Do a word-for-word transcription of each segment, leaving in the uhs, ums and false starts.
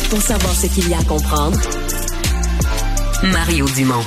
Pour savoir ce qu'il y a à comprendre, Mario Dumont.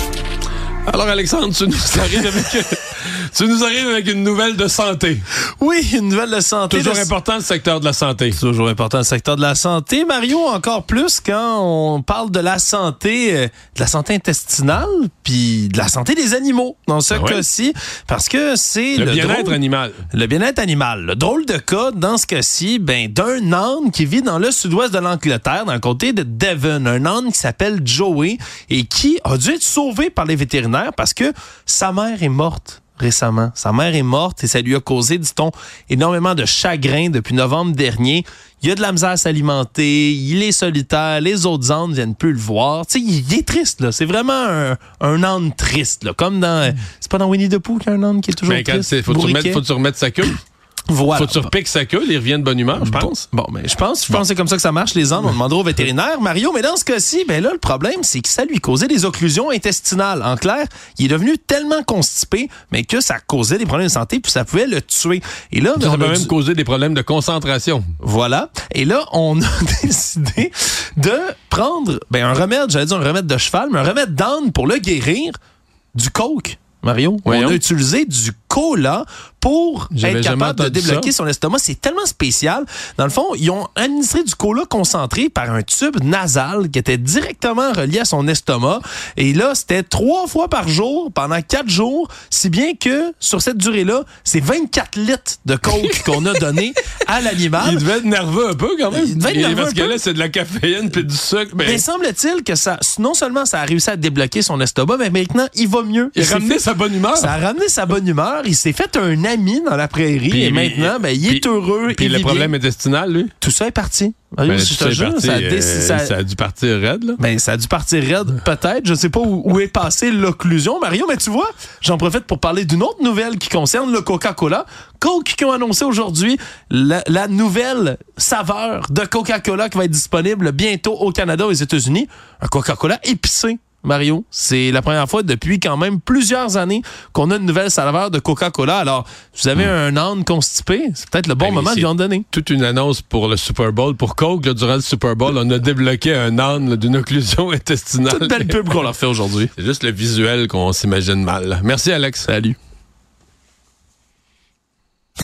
Alors Alexandre, tu nous arrives avec, tu nous arrives avec une nouvelle de santé. Oui, une nouvelle de santé. Toujours de... important le secteur de la santé. Toujours important le secteur de la santé. Mario, encore plus quand on parle de la santé, euh, de la santé intestinale, puis de la santé des animaux, dans ce ah ouais. cas-ci, parce que c'est le, le bien-être drôle, animal. Le bien-être animal. Le drôle de cas, dans ce cas-ci, ben, d'un âne qui vit dans le sud-ouest de l'Angleterre, dans le comté de Devon. Un âne qui s'appelle Joey et qui a dû être sauvé par les vétérinaires parce que sa mère est morte récemment. Sa mère est morte et ça lui a causé, dit-on, énormément de chagrin depuis novembre dernier. Il a de la misère à s'alimenter, il est solitaire, les autres ânes viennent plus le voir. Tu sais, il est triste, là. C'est vraiment un, un âne triste, là. Comme dans... C'est pas dans Winnie the Pooh qu'il y a un âne qui est toujours Mais triste? Faut que tu remettes, faut que tu remettes sa queue. Voilà. Faut que tu repiques sa queue, il revient de bonne humeur, je pense. Bon, mais je pense, je pense que c'est comme ça que ça marche, les ânes. On demandera au vétérinaire. Mario, mais dans ce cas-ci, ben là, le problème, c'est que ça lui causait des occlusions intestinales. En clair, il est devenu tellement constipé, mais que ça causait des problèmes de santé, puis ça pouvait le tuer. Et là, ça ben, peut même dû... causer des problèmes de concentration. Voilà. Et là, on a décidé de prendre, ben, un remède, j'allais dire un remède de cheval, mais un remède d'âne pour le guérir, du coke. Mario, Voyons. on a utilisé du cola pour J'avais être capable de débloquer ça. son estomac. C'est tellement spécial. Dans le fond, ils ont administré du cola concentré par un tube nasal qui était directement relié à son estomac. Et là, c'était trois fois par jour pendant quatre jours, si bien que sur cette durée-là, c'est vingt-quatre litres de coke qu'on a donné à l'animal. Il devait être nerveux un peu quand même. Il devait être nerveux Parce un que peu. là, c'est de la caféine puis du sucre. Mais, mais semble-t-il que ça, non seulement ça a réussi à débloquer son estomac, mais maintenant, il va mieux. Il, il a ramené fait, sa bonne humeur. Ça a ramené sa bonne humeur. Il s'est fait un ami dans la prairie puis, et maintenant, ben, il puis, est heureux. Puis le problème intestinal, lui? Tout ça est parti. Ben, ben, je te jure, parti, ça, a euh, ça, ça a dû partir raide, là. Ben, ça a dû partir raide, peut-être. Je sais pas où, où est passée l'occlusion, Mario, mais tu vois, j'en profite pour parler d'une autre nouvelle qui concerne le Coca-Cola. Coke qui ont annoncé aujourd'hui la, la nouvelle saveur de Coca-Cola qui va être disponible bientôt au Canada et aux États-Unis. Un Coca-Cola épicé. Mario, c'est la première fois depuis quand même plusieurs années qu'on a une nouvelle saveur de Coca-Cola. Alors, si vous avez mmh. un âne constipé, c'est peut-être le bon ben, moment de lui en donner. Toute une annonce pour le Super Bowl. Pour Coke, là, durant le Super Bowl, on a débloqué un âne là, d'une occlusion intestinale. Toute belle pub qu'on leur fait aujourd'hui. C'est juste le visuel qu'on s'imagine mal. Merci, Alex. Salut.